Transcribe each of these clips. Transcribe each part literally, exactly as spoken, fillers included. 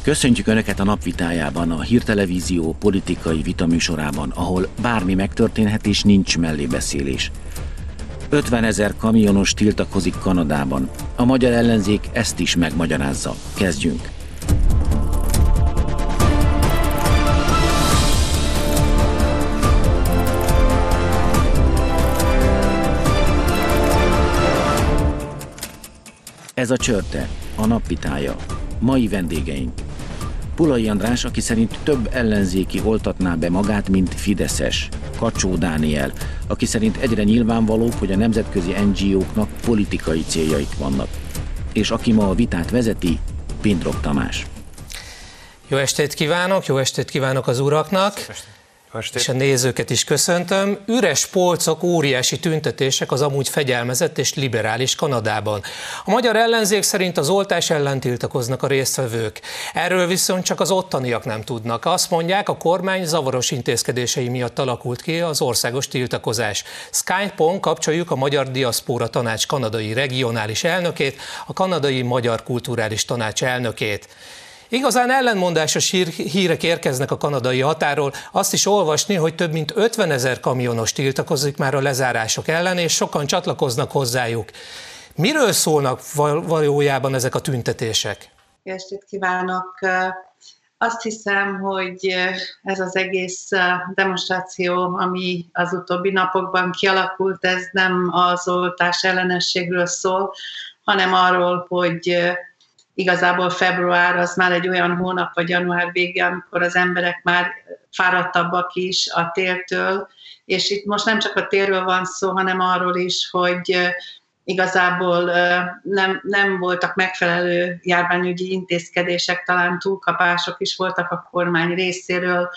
Köszöntjük Önöket a Napvitájában, a Hírtelevízió politikai vitaműsorában, ahol bármi megtörténhet és nincs mellébeszélés. ötvenezer kamionos tiltakozik Kanadában. A magyar ellenzék ezt is megmagyarázza. Kezdjünk! Ez a Csörte, a Napvitája. Mai vendégeink. Pulai András, aki szerint több ellenzéki oltatná be magát, mint fideszes. Kacsó Dániel, aki szerint egyre nyilvánvalóbb, hogy a nemzetközi en gé óknak politikai céljaik vannak. És aki ma a vitát vezeti, Pindrok Tamás. Jó estét kívánok, jó estét kívánok az uraknak, és a nézőket is köszöntöm. Üres polcok, óriási tüntetések az amúgy fegyelmezett és liberális Kanadában. A magyar ellenzék szerint az oltás ellen tiltakoznak a résztvevők. Erről viszont csak az ottaniak nem tudnak. Azt mondják, a kormány zavaros intézkedései miatt alakult ki az országos tiltakozás. Skype-on kapcsoljuk a Magyar Diaszpóra Tanács kanadai regionális elnökét, a Kanadai Magyar Kulturális Tanács elnökét. Igazán ellenmondásos hírek érkeznek a kanadai határól, azt is olvasni, hogy több mint ötvenezer kamionos tiltakozik már a lezárások ellen, és sokan csatlakoznak hozzájuk. Miről szólnak valójában ezek a tüntetések? Jó estét kívánok! Azt hiszem, hogy ez az egész demonstráció, ami az utóbbi napokban kialakult, ez nem az oltás ellenességről szól, hanem arról, hogy igazából február az már egy olyan hónap, vagy január vége, amikor az emberek már fáradtabbak is a téltől, és itt most nem csak a télről van szó, hanem arról is, hogy igazából nem, nem voltak megfelelő járványügyi intézkedések, talán túlkapások is voltak a kormány részéről.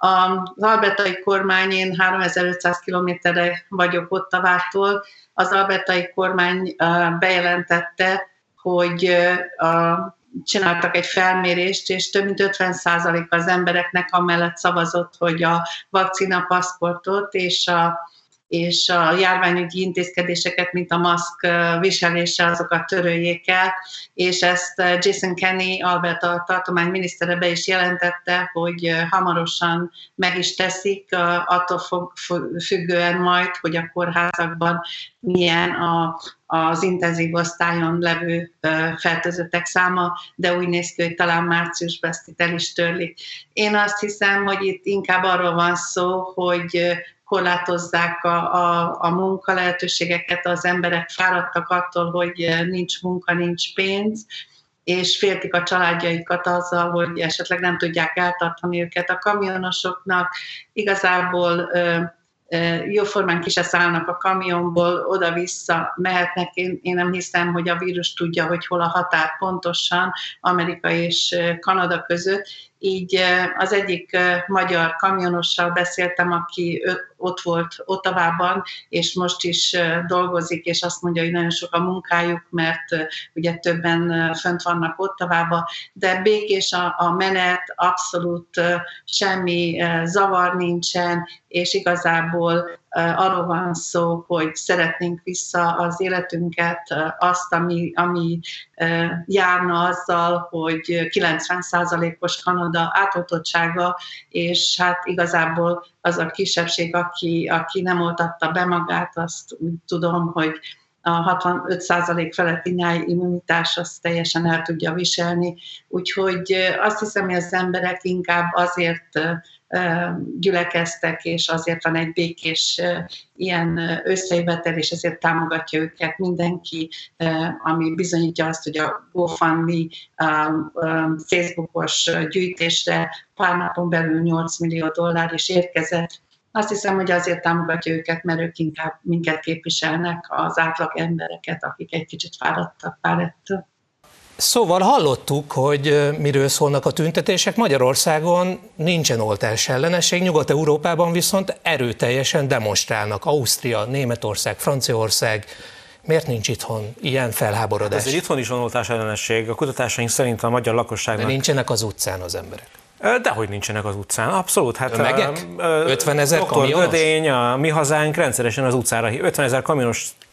Az albertai kormány, én háromezer-ötszáz kilométerre vagyok Ottawától, az albertai kormány bejelentette, hogy a, csináltak egy felmérést, és több mint ötven százalék az embereknek amellett szavazott, hogy a vakcinapaszportot és a, és a járványügyi intézkedéseket, mint a maszk viselése, azokat töröljék el, és ezt Jason Kenney, Alberta tartomány minisztere be is jelentette, hogy hamarosan meg is teszik, attól fog, függően majd, hogy a kórházakban milyen a az intenzív osztályon levő fertőzöttek száma, de úgy néz ki, hogy talán márciusban ezt itt el is törlik. Én azt hiszem, hogy itt inkább arról van szó, hogy korlátozzák a, a, a munka lehetőségeket, az emberek fáradtak attól, hogy nincs munka, nincs pénz, és féltik a családjaikat azzal, hogy esetleg nem tudják eltartani őket. A kamionosoknak igazából jóformán ki se szállnak a kamionból, oda-vissza mehetnek. Én, én nem hiszem, hogy a vírus tudja, hogy hol a határ pontosan Amerika és Kanada között. Így az egyik magyar kamionossal beszéltem, aki ott volt Ottawában, és most is dolgozik, és azt mondja, hogy nagyon sok a munkájuk, mert ugye többen fönt vannak Ottawában, de békés a, a menet, abszolút semmi zavar nincsen, és igazából arról van szó, hogy szeretnénk vissza az életünket, azt, ami, ami járna azzal, hogy kilencven százalékos Kanada átoltottsága, és hát igazából az a kisebbség, aki, aki nem oltatta be magát, azt úgy tudom, hogy a hatvanöt százalék feletti nyájimmunitás azt teljesen el tudja viselni. Úgyhogy azt hiszem, hogy az emberek inkább azért gyülekeztek, és azért van egy békés ilyen összejövetel, és ezért támogatja őket mindenki, ami bizonyítja azt, hogy a GoFundMe Facebookos gyűjtésre pár napon belül nyolc millió dollár is érkezett. Azt hiszem, hogy azért támogatja őket, mert ők inkább minket képviselnek, az átlag embereket, akik egy kicsit fáradtak pár ettől. Szóval hallottuk, hogy miről szólnak a tüntetések. Magyarországon nincsen oltás ellenesség, Nyugat-Európában viszont erőteljesen demonstrálnak. Ausztria, Németország, Franciaország. Miért nincs itthon ilyen felháborodás? Ezért itthon is van oltás ellenesség. A kutatásaink szerint a magyar lakosságnak... De nincsenek az utcán az emberek. Dehogy nincsenek az utcán, abszolút. Hát Tömegek? ötvenezer kamionos? doktor Gödény, a Mi Hazánk rendszeresen az utcára, ötvenezer kamionos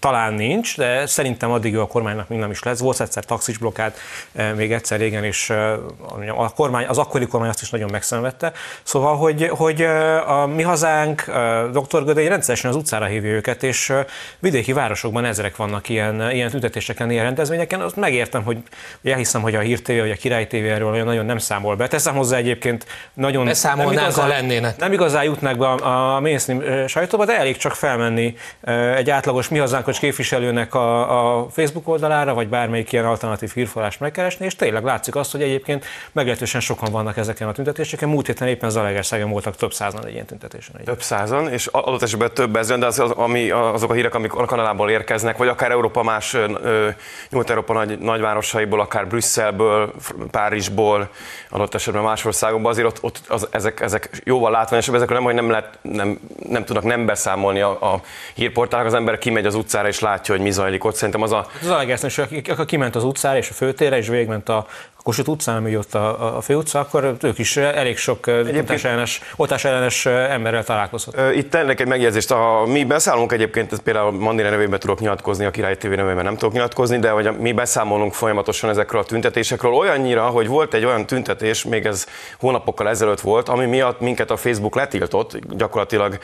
talán nincs, de szerintem addig a kormánynak még nem is lesz. Volt egyszer taxis blokkád, még egyszer régen, és a kormány, az akkori kormány azt is nagyon megszenvedte. Szóval, hogy, hogy a Mi Hazánk, doktor Gödöly rendszeresen az utcára hívja őket, és vidéki városokban ezerek vannak ilyen, ilyen tüntetéseken, ilyen rendezvényeken. Azt megértem, hogy elhiszem, hogy a Hír té vé vagy a Király té vé erről olyan nagyon nem számol be. Teszem hozzá egyébként nagyon... Beszámolnánk, ha lennének. Nem igazán jutnak be a, a mainstream sajtóba, de elég csak felmenni egy átlagos Mi Hazánkos képviselőnek a, a Facebook oldalára, vagy bármelyik ilyen alternatív hírforrást megkeresni, és tényleg látszik azt, hogy egyébként meglehetősen sokan vannak ezeken a tüntetéseken. Múlt héten éppen Zalaegerszegen voltak több százan egy ilyen tüntetésen. Több százan, és adott esetben több ezen, de az, az, ami, azok a hírek, amik a Kanadából érkeznek, vagy akár Európa más, Nyugat-Európa nagy, nagyvárosaiból, akár Brüsszelből, Párizsból, adott esetben más országokból, azért ott, ott az, ezek, ezek jóval látványosabb, ezekről nem, hogy nem, lehet, nem, nem tudnak nem beszámolni a, a hírportálok, az ember kimegy az utcára és látja, hogy mi zajlik ott. Szerintem az a... Zalaegerszegen, aki kiment az utcára és a főtérre, és végigment a Kossuth utcán, ami ott a, a főutca, akkor ők is elég sok oltásellenes, oltásellenes emberrel találkozhat. Itt tennék egy megjegyzést. A, mi beszámolunk egyébként, ez például Mandina nevében tudok nyilatkozni, a Király té vé nevében nem tudok nyilatkozni, de hogy mi beszámolunk folyamatosan ezekről a tüntetésekről, olyannyira, hogy volt egy olyan tüntetés, még ez hónapokkal ezelőtt volt, ami miatt minket a Facebook letiltott, gyakorlatilag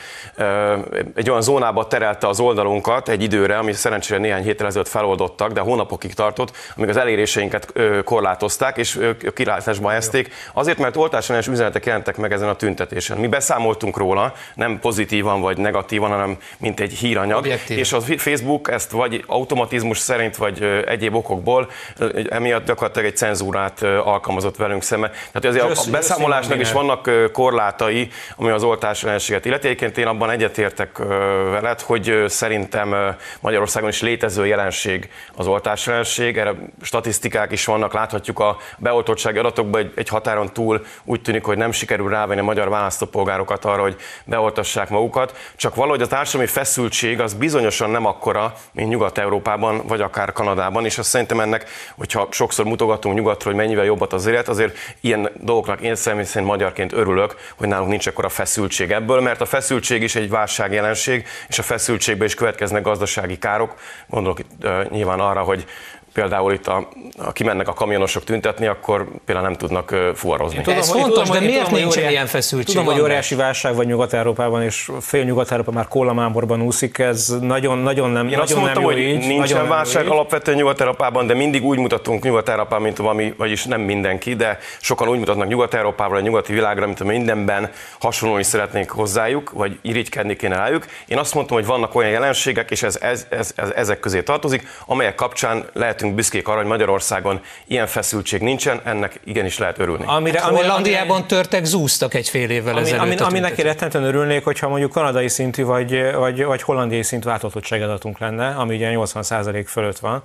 egy olyan zónába terelte az oldalunkat egy időre, ami szerencsére néhány héttel ezelőtt feloldottak, de hónapokig tartott, amíg az eléréseinket korlátozták, és ők kilátásba helyezték, azért, mert oltásellenes üzenetek jelentek meg ezen a tüntetésen. Mi beszámoltunk róla, nem pozitívan vagy negatívan, hanem mint egy híranyag, objektív. És a Facebook ezt vagy automatizmus szerint, vagy egyéb okokból emiatt gyakorlatilag egy cenzúrát alkalmazott velünk szemben. Tehát azért a beszámolásnak is vannak korlátai, ami az oltásellenességet illeti. Egyébként én abban egyetértek veled, hogy szerintem Magyarországon is létező jelenség az oltásellenesség, erre statisztikák is vannak, láthatjuk a beoltottsági adatokban egy, egy határon túl úgy tűnik, hogy nem sikerül rávenni a magyar választópolgárokat arra, hogy beoltassák magukat, csak valahogy a társadalmi feszültség az bizonyosan nem akkora, mint Nyugat-Európában, vagy akár Kanadában, és azt szerintem ennek, hogyha sokszor mutogatunk nyugatra, hogy mennyivel jobbat az élet, azért ilyen dolgoknak én személy szerint magyarként örülök, hogy nálunk nincs akkora feszültség ebből, mert a feszültség is egy válságjelenség, és a feszültségbe is következnek gazdasági károk. Gondolok itt uh, nyilván arra, hogy például itt, a, a kimennek a kamionosok tüntetni, akkor például nem tudnak uh, fuvarozni. Ez fontos, de miért nincs ilyen feszültség? Tudom, hogy óriási válság van Nyugat-Európában, és fél Nyugat-Európa már kólamámorban úszik, ez nagyon, nagyon nem, Én nagyon azt mondtam, nem hogy így, nincsen válság alapvetően Nyugat-Európában, de mindig úgy mutatunk Nyugat-Európában, mint valami, vagyis nem mindenki, de sokan úgy mutatnak Nyugat-Európára, a nyugati világra, mint mindenben hasonlóan szeretnénk hozzájuk, vagy irigykedni kéne rájuk. Én azt mondtam, hogy vannak olyan jelenségek, és ez, ez, ez, ez ezek közé tartozik, amelyek kapcsán lehet büszkék arra, hogy Magyarországon ilyen feszültség nincsen, ennek igenis lehet örülni. Amire, amire Hollandiában törtek zúztak egy fél évvel ami, ezelőtt. Ami, aminek én rettentően örülnék, hogyha mondjuk kanadai szintű vagy, vagy, vagy hollandiai szintű látogatottságadatunk lenne, ami ugye nyolcvan százalék fölött van,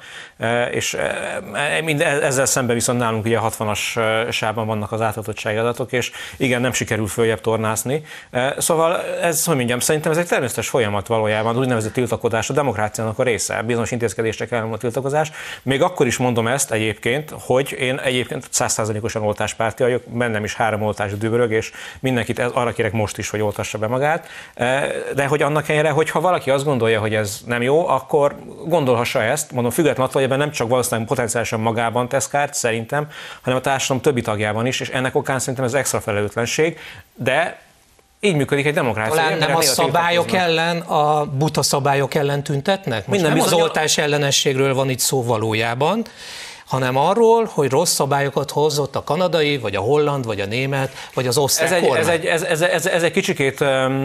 és ezzel szemben viszont nálunk ugye hatvanas sában vannak az látogatottságadatok, és igen, nem sikerül följebb tornászni. Szóval ez, hogy mondjam, szerintem ez egy természetes folyamat valójában, az úgynevezett tiltakozás a demokráciának a része, bizonyos intézkedésre kell a tiltakozás. Még akkor is mondom ezt egyébként, hogy én egyébként száz százalékosan oltáspárti vagyok, bennem is három oltás dübörög, és mindenkit arra kérek most is, hogy oltassa be magát. De hogy annak ellenére, hogyha valaki azt gondolja, hogy ez nem jó, akkor gondolhassa ezt, mondom, függetlenül attól, hogy ebben nem csak valószínűleg potenciálisan magában tesz kárt, szerintem, hanem a társadalom többi tagjában is, és ennek okán szerintem ez extra felelőtlenség, de így működik egy demokrácia. Talán nem a szabályok ellen, a buta szabályok ellen tüntetnek? Most nem az oltás ellenességről van itt szó valójában, hanem arról, hogy rossz szabályokat hozott a kanadai, vagy a holland, vagy a német, vagy az osztrák ez egy, kormány. Ez egy, ez, ez, ez, ez egy kicsikét,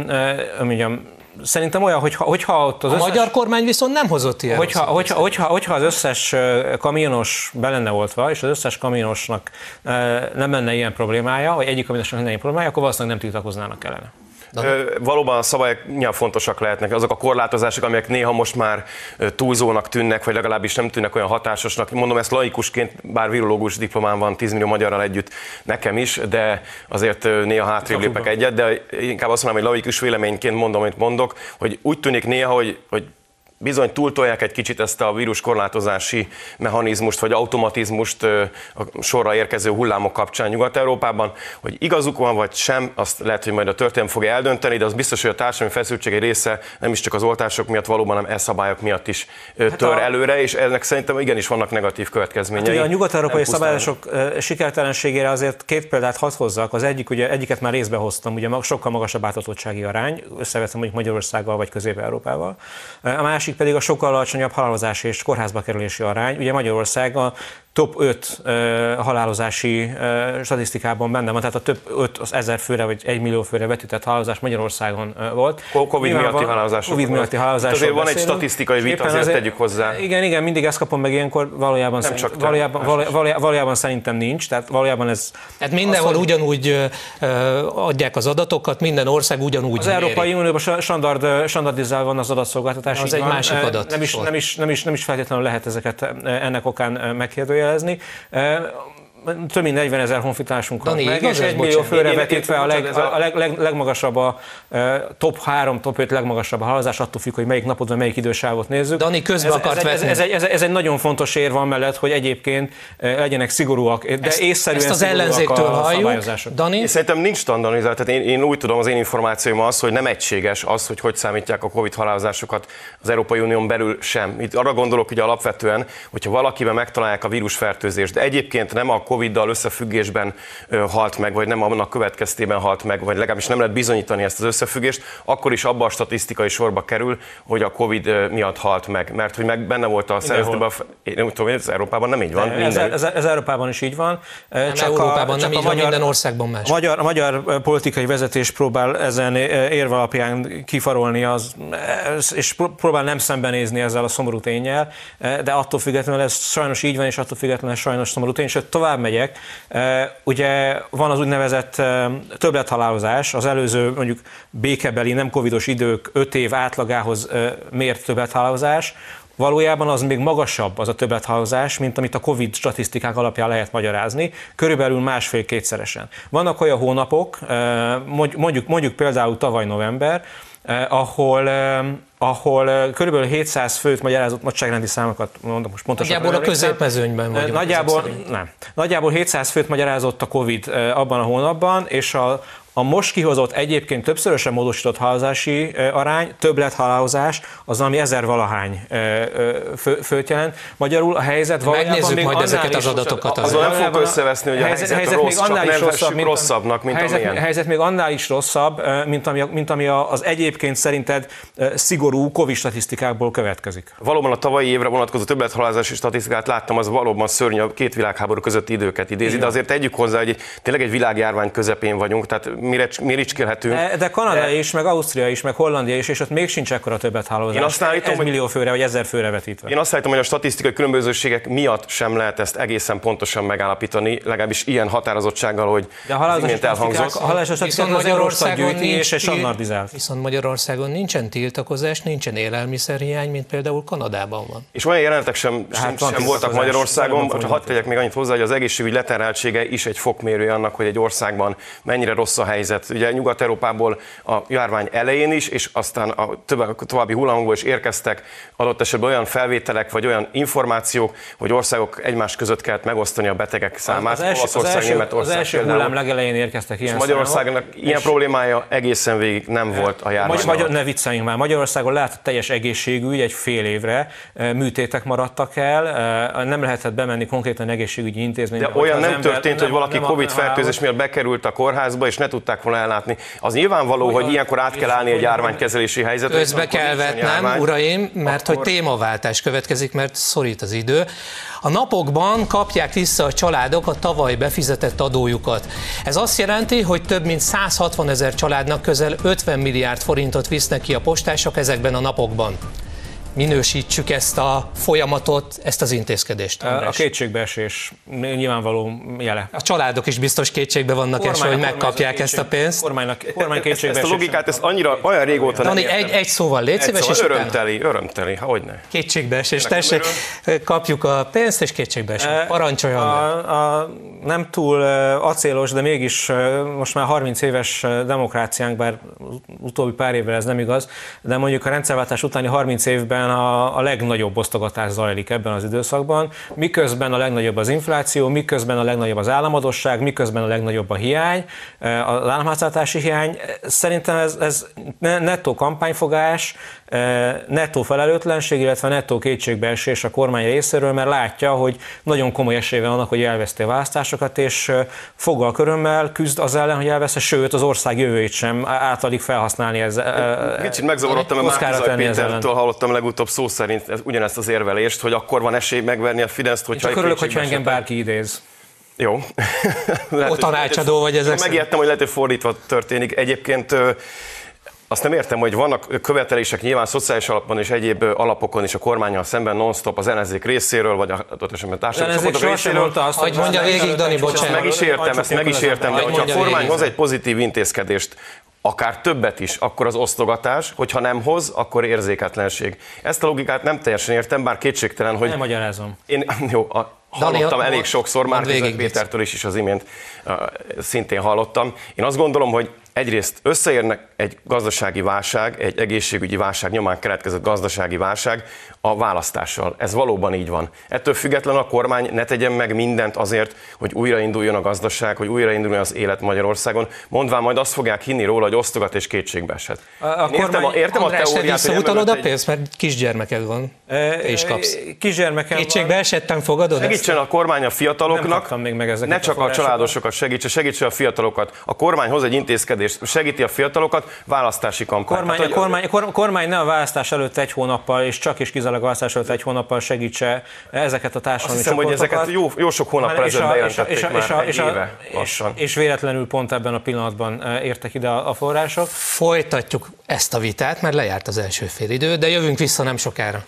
mondjam, szerintem olyan, hogyha, hogyha ott az a összes, magyar kormány viszont nem hozott ilyen hogyha, hogyha, hogyha, hogyha az összes kamionos be lenne oltva, és az összes kamionosnak nem lenne ilyen problémája, vagy egyik kamionosnak lenne ilyen problémája, akkor valószínűleg nem tiltakoznának ellene. Ö, valóban a szabályok nyilván fontosak lehetnek, azok a korlátozások, amelyek néha most már túlzónak tűnnek, vagy legalábbis nem tűnnek olyan hatásosnak. Mondom ezt laikusként, bár virológus diplomám van tíz millió magyarral együtt nekem is, de azért néha hátrébb lépek egyet, de inkább azt mondom, hogy laikus véleményként mondom, amit mondok, hogy úgy tűnik néha, hogy, hogy bizony túltolják egy kicsit ezt a víruskorlátozási mechanizmust, vagy automatizmust a sorra érkező hullámok kapcsán Nyugat-Európában, hogy igazuk van, vagy sem, azt lehet, hogy majd a történelem fogja eldönteni, de az biztos, hogy a társadalmi feszültség egy része nem is csak az oltások miatt valóban, hanem e-szabályok miatt is hát tör a... előre, és ennek szerintem igenis vannak negatív következményei. Hát ugye a nyugat-európai szabályozások sikertelenségére azért két példát hadd hozzak. Az egyik, ugye egyiket már részbe hoztam, ugye sokkal magasabb átoltottsági arány, összevetve mondjuk Magyarországgal vagy Közép-Európával. A másik pedig a sokkal alacsonyabb halálozási és kórházba kerülési arány. Ugye Magyarország a top öt uh, halálozási uh, statisztikában benne van, tehát a több öt az ezer főre vagy egy millió főre vetített halálozás Magyarországon uh, volt. Covid miatti halálozások. Covid miatti halálozások. Azért van egy statisztikai vita, azért, azért tegyük hozzá. Igen, igen, mindig ezt kapom meg ilyenkor, valójában, Nem szerint, valójában, valójában, valójában, valójában szerintem nincs, tehát valójában ez... Tehát mindenhol azt, ugyanúgy uh, adják az adatokat, minden ország ugyanúgy Az méri. Európai Unióban standard, standardizálva van az adatszolgáltatás. Az egy másik adat. Nem is, nem, is, nem, is, nem is feltétlenül lehet ezeket ennek okán megkérdőjelezni. Több mint negyvenezer honfitársunk van meg, és egy millió főre vetítve a, leg, a leg, leg, legmagasabb a top három, top öt legmagasabb a halálozás, attól függ, hogy melyik napodban melyik idősávot nézzük. Dani közben akart ez, vetni. Ez, ez, ez, ez egy nagyon fontos érv amellett, hogy egyébként legyenek szigorúak, de ezt, észszerűen ezt az ellenzéktől halljuk. Dani? Én szerintem nincs standardizált, tehát én, én úgy tudom, az én információim az, hogy nem egységes az, hogy hogy számítják a Covid halálozásokat az Európai Unión belül sem. Itt arra gondolok, hogy alapvetően, hogyha valakiben megtalálják a vírusfertőzést, de egyébként nem a Coviddal összefüggésben halt meg, vagy nem annak következtében halt meg, vagy legalábbis nem lehet bizonyítani ezt az összefüggést, akkor is abba a statisztikai sorba kerül, hogy a Covid miatt halt meg. Mert hogy meg benne volt a szervezetben, én nem tudom, hogy ez Európában nem így van. Ez, ez, ez Európában is így van. Nem, csak Európában a, nem csak így van, magyar, minden országban más. A magyar, a magyar politikai vezetés próbál ezen érv alapján kifarolni, az, és próbál nem szembenézni ezzel a szomorú ténnyel, de attól függetlenül ez sajnos így van, és attól függetlenül sajnos szomorú tény, sőt tovább megyek. Ugye van az úgynevezett többlethalálozás, az előző mondjuk békebeli, nem covidos idők öt év átlagához mért többlethalálozás, valójában az még magasabb az a többlethalálozás, mint amit a Covid statisztikák alapján lehet magyarázni, körülbelül másfél-kétszeresen. Vannak olyan hónapok, mondjuk, mondjuk például tavaly november, ahol ahol körülbelül hétszáz főt magyarázott, nagyságrendi számokat mondom most pontosan. Nagyjából a középmezőnyben vagyunk. Nagyjából, nem. Nagyjából hétszáz főt magyarázott a Covid abban a hónapban, és a A most kihozott egyébként többszörösen módosított halálozási arány, többlethalálozás, az ami ezer valahány fő, főt jelent. Magyarul a helyzet valójában Megnézzük még majd annál ezeket is, az adatokat. Azon nem fogok összeveszni, hogy a helyzet, helyzet, helyzet rossz, még annál is rosszabb, mint, rosszabbnak, mint helyzet, amilyen. helyzet még annál is rosszabb, mint ami, mint ami az egyébként szerinted szigorú Covid statisztikákból következik. Valóban a tavalyi évre vonatkozó többlethalálozási statisztikát láttam, az valóban szörnyű, a két világháború közötti időket idézi, de azért tegyük hozzá, hogy tényleg egy világjárvány közepén vagyunk, tehát mire, miricskélhetünk. De, de Kanada de... is, meg Ausztria is, meg Hollandia is, és ott még sincs ekkora többlethalálozás. Én azt állítom, egy millió főre, vagy ezer főre vetítve. Én azt állítom, hogy a statisztikai különbözőségek miatt sem lehet ezt egészen pontosan megállapítani, legalábbis ilyen határozottsággal, hogy az imént elhangzott. A halálozási statisztikák az Eurostat gyűjti, és egy standardizált. Viszont Magyarországon nincsen tiltakozás, nincsen élelmiszerhiány, mint például Kanadában van. És olyan jelenetek sem, hát sem, sem voltak Magyarországon, hadd tegyek még annyit hozzá, hogy az egészségügy leterheltsége is egy fokmérője annak, hogy egy országban mennyire rossz a helyzet. Ugye Nyugat-Európából a járvány elején is, és aztán a további hullámokból is érkeztek adott esetben olyan felvételek, vagy olyan információk, hogy országok egymás között kellett megosztani a betegek számát. Az első, az első, az első hullám legelején érkeztek ilyen Magyarországnak ilyen problémája egészen végig nem volt a járvány. Magyar, ne vicceljünk már, Magyarországon lehet teljes egészségügy egy fél évre, műtétek maradtak el, nem lehetett bemenni konkrétan egészségügyi intézménybe. De olyan nem történt, hogy valaki Covid-fertőzés miatt bekerült a kórházba, és ne tudták volna ellátni. Az nyilvánvaló, hogy ilyenkor át kell állni egy járványkezelési helyzetre. Közbe kell vetnem, uraim, mert hogy témaváltás következik, mert szorít az idő. A napokban kapják vissza a családok a tavaly befizetett adójukat. Ez azt jelenti, hogy több mint száz hatvan ezer családnak közel ötven milliárd forintot visznek ki a postások ezekben a napokban. Minősítsük ezt a folyamatot, ezt az intézkedést. András. A kétségbeesés nyilvánvaló jele. A családok is biztos kétségbe vannak esve, hogy megkapják ezt a pénzt. Kormánynak, kormány kétségbeesés. Ezt a logikát, ezt annyira olyan régóta Dani, nem egy, egy szóval légy szíves, és örömteli, örömteli, hogyne. Kétségbeesés, tessék, kapjuk a pénzt, és kétségbeesés. Parancsoljon a, a nem túl acélos, de mégis most már harminc éves demokráciánk, bár utóbbi pár évvel ez nem igaz, de mondjuk a rendszerváltás utáni harminc évben miközben a, a legnagyobb osztogatás zajlik ebben az időszakban, miközben a legnagyobb az infláció, miközben a legnagyobb az államadosság, miközben a legnagyobb a hiány, az államháztartási hiány. Szerintem ez, ez nettó kampányfogás, nettó felelőtlenség, illetve nettó kétségbeesés a kormány részéről, mert látja, hogy nagyon komoly esélye van annak, hogy elveszti a választásokat, és foggal körömmel küzd az ellen, hogy elveszte, sőt az ország jövőjét sem általig felhasználni ezzel. Kicsit megzavarodtam, mert Márki-Zay Pétertől hallottam legutóbb szó szerint ugyanezt az érvelést, hogy akkor van esély megverni a Fideszt, hogyha... Csak örülök, hogyha engem bárki idéz. Jó. Ó, tanácsadó vagy ezek. Megijedtem, hogy lehet, hogy fordítva történik. Egyébként azt nem értem, hogy vannak követelések nyilván szociális alapon és egyéb alapokon is a kormánnyal szemben non-stop az ellenzék részéről, vagy a társadalmi csoportok részéről. Azt, hogy mondja végig, Dani, bocsánat. Ezt meg is értem, ezt meg is értem, de hogyha a kormány hoz egy pozitív intézkedést, akár többet is, akkor az osztogatás, hogyha nem hoz, akkor érzéketlenség. Ezt a logikát nem teljesen értem, bár kétségtelen, hogy... Nem magyarázom. Én, jó, a, hallottam Dani, elég sokszor, Márki-Zay Pétertől is, is az imént uh, szintén hallottam. Én azt gondolom, hogy egyrészt összeérnek egy gazdasági válság, egy egészségügyi válság nyomán keletkezett gazdasági válság a választással. Ez valóban így van. Ettől függetlenül a kormány ne tegyen meg mindent azért, hogy újrainduljon a gazdaság, hogy újrainduljon az élet Magyarországon. Mondván majd azt fogják hinni róla, hogy osztogat és kétségbe esett. A, a értem, a, értem András, a teóriát, hogy visszautalod a pénzt, egy... mert kisgyermeked van, e, és kapsz. Kisgyermekem kétségbe esettem fogadod? Segítsen a kormány a fiataloknak, még meg ne csak a, a családosokat segítse, segítse a fiatalokat. A kormány hoz egy intézkedést, segíti a fiatalokat, választási kampány. Kormány, hát, a kormány, a kormány ne a választás előtt egy hónappal, és csak és kizárólag a választás előtt egy hónappal segítse ezeket a társadalmi csoportokat. Azt hiszem, hogy ezeket jó, jó sok hónappal ezelőtt bejelentették és a, és a, már és a, egy éve lassan. És véletlenül pont ebben a pillanatban értek ide a források. Folytatjuk ezt a vitát, mert lejárt az első félidő, de jövünk vissza nem sokára.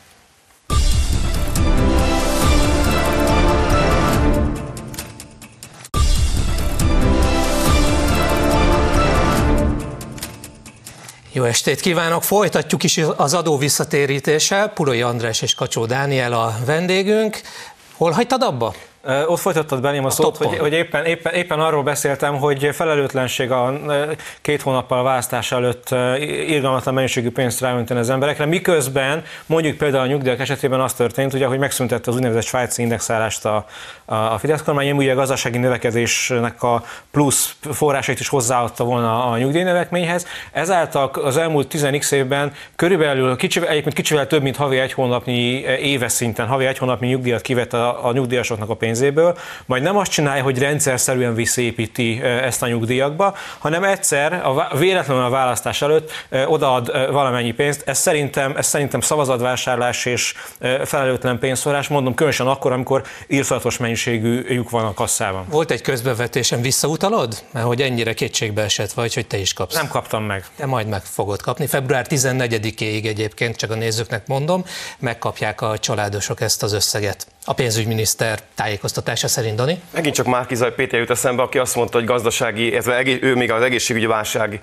Jó estét kívánok! Folytatjuk is az adó visszatérítéssel. Pulai András és Kacsó Dániel a vendégünk. Hol hagytad abba? Ott folytattad belém a, a szót, hogy, hogy éppen, éppen, éppen arról beszéltem, hogy felelőtlenség a két hónappal a választás előtt irgalmatlan mennyiségű pénzt ráönteni az emberekre, miközben mondjuk például a nyugdíjak esetében az történt, ugye, hogy megszüntette az úgynevezett svájci indexálást a, a Fidesz kormány, ugye a gazdasági növekedésnek a plusz forrásait is hozzáadta volna a nyugdíjnövekményhez. Ezáltal az elmúlt tíz x évben körülbelül kicsivel, egyébként kicsivel több, mint havi egy hónapnyi éves szinten, havi egy hónapnyi nyugdíjat kivett a, a nyugdíjasoknak a pénzéből, majd nem azt csinálja, hogy rendszerszerűen visszaépíti ezt a nyugdíjakba, hanem egyszer, a, véletlenül a választás előtt odaad valamennyi pénzt. Ez szerintem, ez szerintem szavazatvásárlás és felelőtlen pénzforrás, mondom, különösen akkor, amikor írtózatos mennyiségű lyuk van a kasszában. Volt egy közbevetésem, visszautalod? Mert hogy ennyire kétségbe esett vagy, hogy te is kapsz. Nem kaptam meg. De majd meg fogod kapni. február tizennegyedikéig egyébként, csak a nézőknek mondom, megkapják a családosok ezt az összeget. A pénzügyminiszter tájékoztatása szerint, Dani? Megint csak Márki-Zay Péter jut eszembe, aki azt mondta, hogy gazdasági, ő még az egészségügyi válság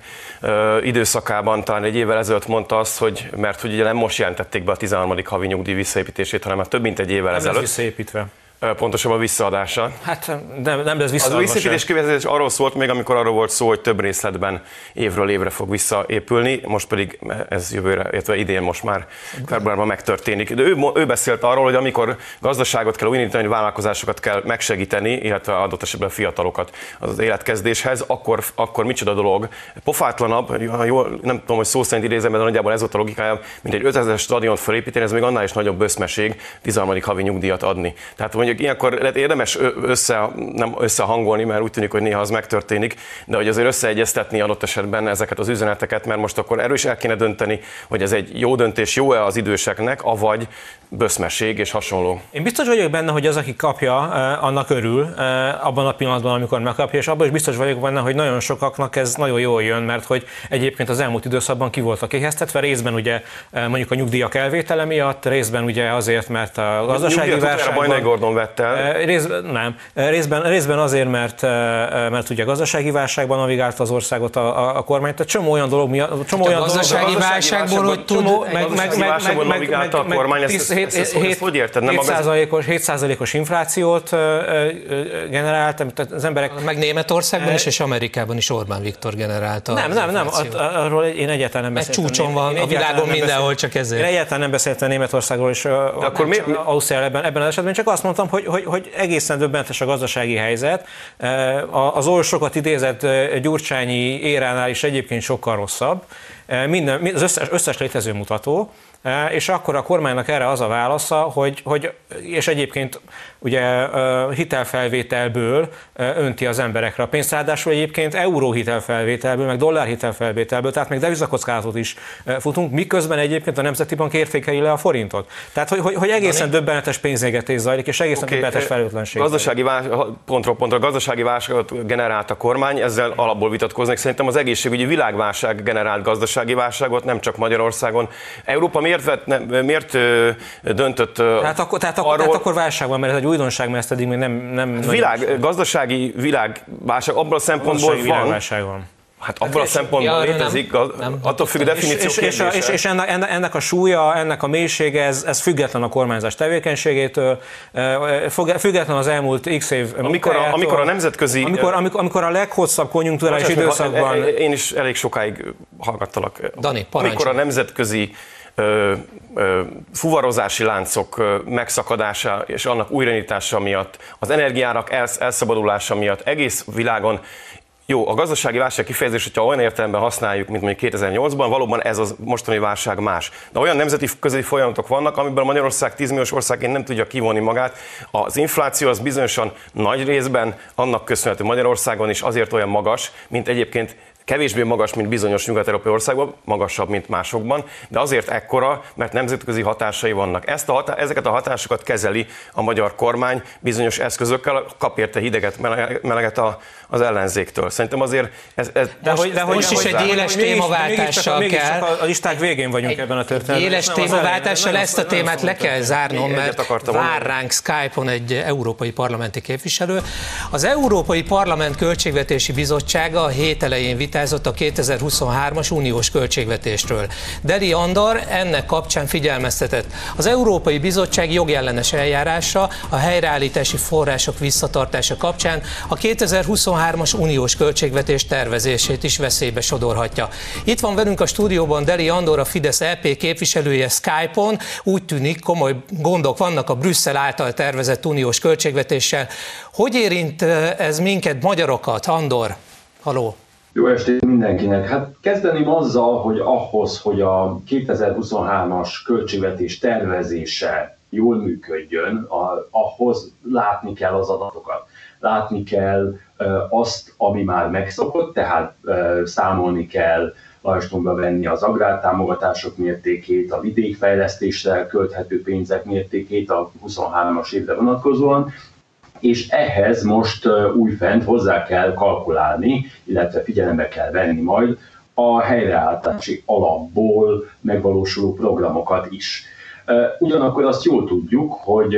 időszakában talán egy évvel ezelőtt mondta azt, hogy mert ugye nem most jelentették be a tizenharmadik havi nyugdíj visszaépítését, hanem már több mint egy évvel nem ezelőtt. Visszaépítve. Pontosabban visszaadása. Hát nem, nem lesz visszaadása. Az visszaépítés kivezetés arról szólt még, amikor arról volt szó, hogy több részletben évről évre fog visszaépülni, most pedig ez jövőre, illetve idén most már februárban megtörténik. De ő, ő beszélt arról, hogy amikor gazdaságot kell újítani, vállalkozásokat kell megsegíteni, illetve adott esetben a fiatalokat az életkezdéshez, akkor, akkor micsoda dolog. Pofátlanabb, jól, nem tudom, hogy szó szerint idézem, de nagyjából ez volt a logikája, mint egy ötezer stadiont felépíteni, ez még annál is nagyobb összmeség, tizenharmadik havi nyugdíjat adni. Tehát mondjuk ilyenkor érdemes össze, nem összehangolni, mert úgy tűnik, hogy néha az megtörténik, de hogy azért összeegyeztetni adott esetben ezeket az üzeneteket, mert most akkor erről is el kéne dönteni, hogy ez egy jó döntés, jó-e az időseknek, avagy böszmesség és hasonló. Én biztos vagyok benne, hogy az, aki kapja, annak örül abban a pillanatban, amikor megkapja, és abban is biztos vagyok benne, hogy nagyon sokaknak ez nagyon jól jön, mert hogy egyébként az elmúlt időszakban ki voltak éheztetve, részben ugye mondjuk a nyugdíjak elvétele miatt, részben ugye azért, mert a gazdasági válságban... követel. Részben, nem. Részben, részben azért, mert, mert ugye gazdasági válságban navigálta az országot a, a, a kormány. Tehát csomó olyan dolog miatt. Csomó olyan gazdasági dolog, válságból, hogy tud... Meg, meg, meg, meg, navigálta a kormány, ezt hogy érted? hét százalékos inflációt generált, tehát az emberek... Meg Németországban is és Amerikában is Orbán Viktor generálta. Nem, nem, nem, arról én egyáltalán nem beszéltem. Egy csúcson van a világon mindenhol, csak ezért. Én egyáltalán nem beszéltem Németországról és akkor mi, Ausztriában ebben az esetben, csak azt mondtam, hogy, hogy, hogy egészen döbbenetes a gazdasági helyzet. Az oly sokat idézett Gyurcsányi éránál is egyébként sokkal rosszabb. Minden, az összes, összes létező mutató, és akkor a kormánynak erre az a válasza, hogy, hogy és egyébként ugye hitelfelvételből önti az emberekre a pénzt, ráadásul egyébként euró hitelfelvételből, meg dollár hitelfelvételből, tehát még devizakockázatot is futunk, miközben egyébként a Nemzeti Bank értékeli le a forintot. Tehát, hogy, hogy, hogy egészen döbbenetes pénzégetés zajlik, és egészen okay. döbbenetes felelőtlenség. Gazdasági vás, pontról pontra gazdasági válságot generált a kormány, ezzel alapból vitatkoznak. Szerintem az egészségügyi világválság generált gazdasági válságot, nem csak Magyarországon. Európa miért, vett, nem, miért döntött tehát akkor, tehát, arról, tehát akkor válság van, mert ez egy újdonság, mert ezt eddig még nem... nem világ, nagyon... Gazdasági világválság abban a szempontból van. van. Hát abban a szempontból ja, létezik, nem, nem, attól függ a definíció és, és, és, és ennek, ennek a súlya, ennek a mélysége, ez, ez független a kormányzás tevékenységétől, független az elmúlt x év amikor a, amikor a nemzetközi... Amikor, amikor, amikor a leghosszabb konjunkturális időszakban... Én is elég sokáig hallgattalak. Dani, amikor a nemzetközi Ö, ö, fuvarozási láncok ö, megszakadása és annak újraindítása miatt, az energiárak elsz, elszabadulása miatt egész világon, jó, a gazdasági válság kifejezés, hogyha olyan értelemben használjuk, mint mondjuk kétezer-nyolcban, valóban ez a mostani válság más. De olyan nemzeti közeli folyamatok vannak, amiből Magyarország tíz milliós országként nem tudja kivonni magát. Az infláció az bizonyosan nagy részben annak köszönhető Magyarországon is azért olyan magas, mint egyébként kevésbé magas, mint bizonyos nyugat-európai országban, magasabb, mint másokban, de azért ekkora, mert nemzetközi hatásai vannak. Ezt a hatá- ezeket a hatásokat kezeli a magyar kormány bizonyos eszközökkel, kap érte hideget, meleget a, az ellenzéktől. Szerintem azért ez, ez de most, hogy, de most is egy éles témaváltással mégis, kell. Mégis a listák végén vagyunk egy, ebben a történetben. Éles témaváltással ezt a témát le kell zárnom, mert vár ránk Skype-on egy európai parlamenti képviselő. Az Európai Parlament Költségvetési Bizottsága a hét elején vitázott a kétezer-huszonhármas uniós költségvetésről. Deli Andor ennek kapcsán figyelmeztetett. Az Európai Bizottság jogellenes eljárása a helyreállítási források visszatartása kapcsán a kétezer-huszonhármas uniós költségvetés tervezését is veszélybe sodorhatja. Itt van velünk a stúdióban Deli Andor, a Fidesz é pé képviselője Skype-on. Úgy tűnik, komoly gondok vannak a Brüsszel által tervezett uniós költségvetéssel. Hogy érint ez minket, magyarokat? Andor, haló! Jó estét mindenkinek! Hát kezdeném azzal, hogy ahhoz, hogy a kétezer-huszonhármas költségvetés tervezése jól működjön, ahhoz látni kell az adatokat. Látni kell azt, ami már megszokott, tehát számolni kell, lajstromba venni az agrártámogatások mértékét, a vidékfejlesztésre költhető pénzek mértékét a huszonhármas évre vonatkozóan, és ehhez most újfent hozzá kell kalkulálni, illetve figyelembe kell venni majd a helyreállítási alapból megvalósuló programokat is. Ugyanakkor azt jól tudjuk, hogy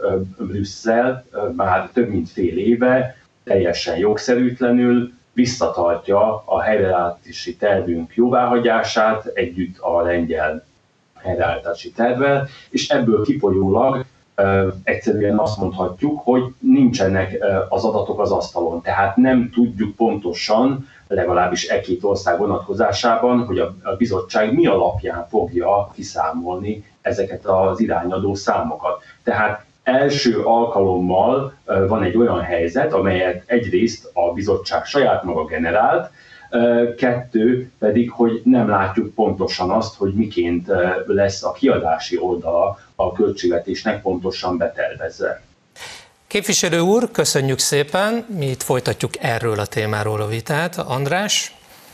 Brüsszel már több mint fél éve teljesen jogszerűtlenül visszatartja a helyreállítási tervünk jóváhagyását együtt a lengyel helyreállítási tervvel, és ebből kifolyólag egyszerűen azt mondhatjuk, hogy nincsenek az adatok az asztalon. Tehát nem tudjuk pontosan, legalábbis e két ország vonatkozásában, hogy a bizottság mi alapján fogja kiszámolni ezeket az irányadó számokat. Tehát első alkalommal van egy olyan helyzet, amelyet egyrészt a bizottság saját maga generált, kettő pedig, hogy nem látjuk pontosan azt, hogy miként lesz a kiadási oldala a költségvetésnek pontosan betervezve. Képviselő úr, köszönjük szépen, mi itt folytatjuk erről a témáról a vitát. András?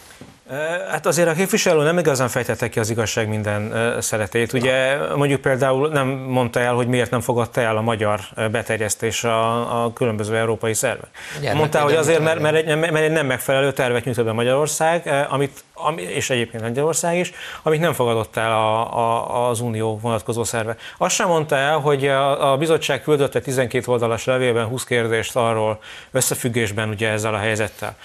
Hát azért a képviselő nem igazán fejtette ki az igazság minden szeretét. Ugye mondjuk például nem mondta el, hogy miért nem fogadta el a magyar beterjesztés a, a különböző európai szervek. Mondta, hogy azért, mert, mert, egy, mert egy nem megfelelő tervet nyújtott be Magyarország, amit ami, és egyébként Lengyelország is, amit nem fogadott el a, a, az Unió vonatkozó szerve. Azt sem mondta el, hogy a, a bizottság küldött egy tizenkét oldalas levélben húsz kérdést arról összefüggésben ugye ezzel a helyzettel,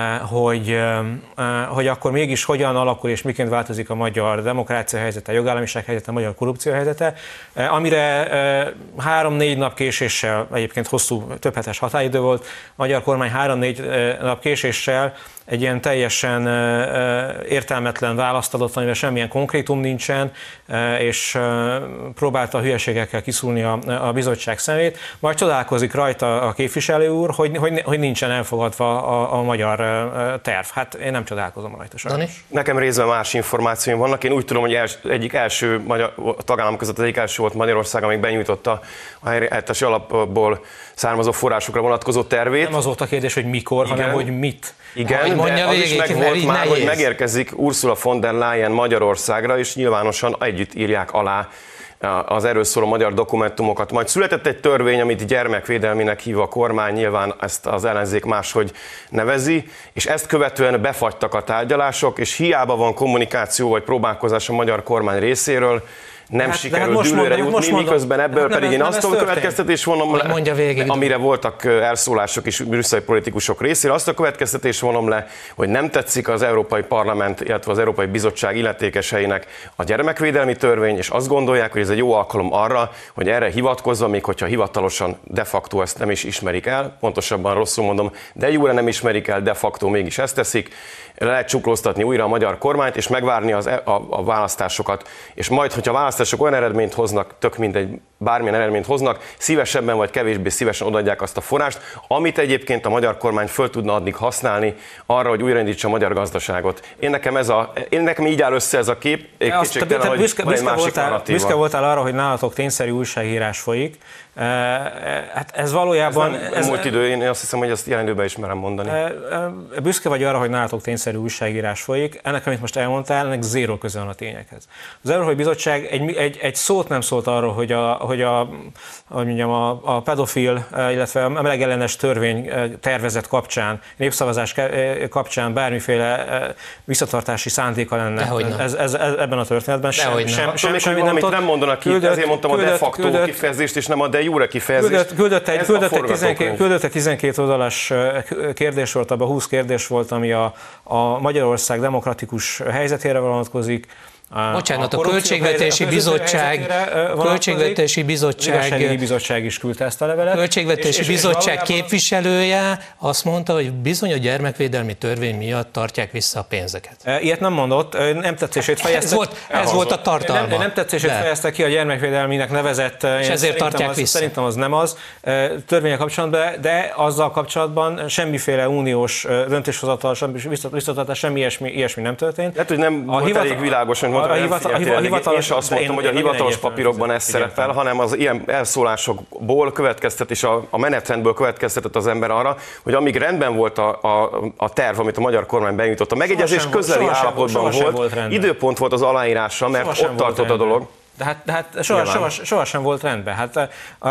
hogy, hogy akkor mégis hogyan alakul és miként változik a magyar demokrácia helyzete, a jogállamiság helyzete, a magyar korrupció helyzete, amire három-négy nap késéssel, egyébként hosszú, több hetes határidő volt, a magyar kormány három-négy nap késéssel egy ilyen teljesen értelmetlen választ adott, amiben semmilyen konkrétum nincsen, és próbálta a hülyeségekkel kiszúrni a, a bizottság szemét, majd csodálkozik rajta a képviselő úr, hogy, hogy, hogy nincsen elfogadva a, a magyar terv. Hát én nem csodálkozom rajta sajnos. Nekem részben más információim vannak. Én úgy tudom, hogy els, egyik első magyar, a tagállam között az egyik első volt Magyarország, amíg benyújtotta a helyreállítási alapból származó forrásokra vonatkozó tervét. Nem az volt a kérdés, hogy mikor, igen, hanem hogy mit. Igen, de az is meg volt már, hogy megérkezik Ursula von der Leyen Magyarországra, és nyilvánosan együtt írják alá az erről szóló magyar dokumentumokat. Majd született egy törvény, amit gyermekvédelminek hív a kormány, nyilván ezt az ellenzék máshogy nevezi, és ezt követően befagytak a tárgyalások, és hiába van kommunikáció vagy próbálkozás a magyar kormány részéről, nem hát, sikerült hát dűlőre jutni, most miközben ebből hát pedig én azt a következtetés vonom le, végig, amire voltak elszólások is brüsszeli politikusok részéről, azt a következtetés vonom le, hogy nem tetszik az Európai Parlament, illetve az Európai Bizottság illetékeseinek a gyermekvédelmi törvény, és azt gondolják, hogy ez egy jó alkalom arra, hogy erre hivatkozva, még hogyha hivatalosan de facto ezt nem is ismerik el, pontosabban rosszul mondom, de jóra nem ismerik el, de facto mégis ezt teszik, lehet csuklóztatni újra a magyar kormányt, és megvárni az, a, a választásokat, és majd, hogyha a választások olyan eredményt hoznak, tök mindegy, bármilyen eredményt hoznak, szívesebben vagy kevésbé szívesen odaadják azt a forrást, amit egyébként a magyar kormány föl tudna addig használni arra, hogy újraindítsa a magyar gazdaságot. Én nekem, ez a, én nekem így áll össze ez a kép, kétségtelen, hogy büszke, büszke, voltál, büszke voltál arra, hogy nálatok tényszerű újságírás folyik. Hát ez valójában... Ez nem múlt idő, én azt hiszem, hogy ezt jelen időben is merem mondani. Büszke vagy arra, hogy nálatok tényszerű újságírás folyik. Ennek, amit most elmondtál, ennek zéró köze van a tényekhez. Az Európai Bizottság egy, egy, egy szót nem szólt arról, hogy a, hogy a, hogy mondjam, a, a pedofil, illetve a melegellenes törvény tervezet kapcsán, népszavazás kapcsán bármiféle visszatartási szándéka lenne ez, ez, ez, ebben a történetben. Sem, sem, sem, sem, nem, nem, nem mondanak ki, küldött, ezért mondtam küldött, a de facto küldött, kifejezést, és nem a de jure kifejezést. Küldött, küldött, egy, küldött, egy tizenkét, küldött egy tizenkét oldalas kérdés volt, abban húsz kérdés volt, ami a, a Magyarország demokratikus helyzetére vonatkozik. Bocsánat, a, a Költségvetési Bizottság, Költségvetési Bizottság, Bizottság is küldte ezt a levelet. Költségvetési és, és, Bizottság és képviselője azt mondta, hogy bizony a gyermekvédelmi törvény miatt tartják vissza a pénzeket. Ilyet nem mondott, nem tetszését fejezte. Ez volt, ez volt a tartalma. Nem, nem tetszését De. fejezte ki a gyermekvédelminek nevezett. És ezért tartják az, vissza. Szerintem az nem az törvények kapcsolatban, de azzal kapcsolatban semmiféle uniós döntéshozatal, visszatartás, semmi ilyesmi, ilyesmi nem történt. Lehet, hogy nem a volt elég világos, hogy A hivatal, a hivatalos, én sem azt mondtam, hogy a hivatalos papírokban ez szerepel, hanem az ilyen elszólásokból következtet, és a, a menetrendből következtetett az ember arra, hogy amíg rendben volt a, a, a terv, amit a magyar kormány benyújtott, a megegyezés közeli állapotban volt, volt időpont volt az aláírása, mert ott tartott a dolog. De hát, de hát soha, soha, soha sem volt rendben. Hát,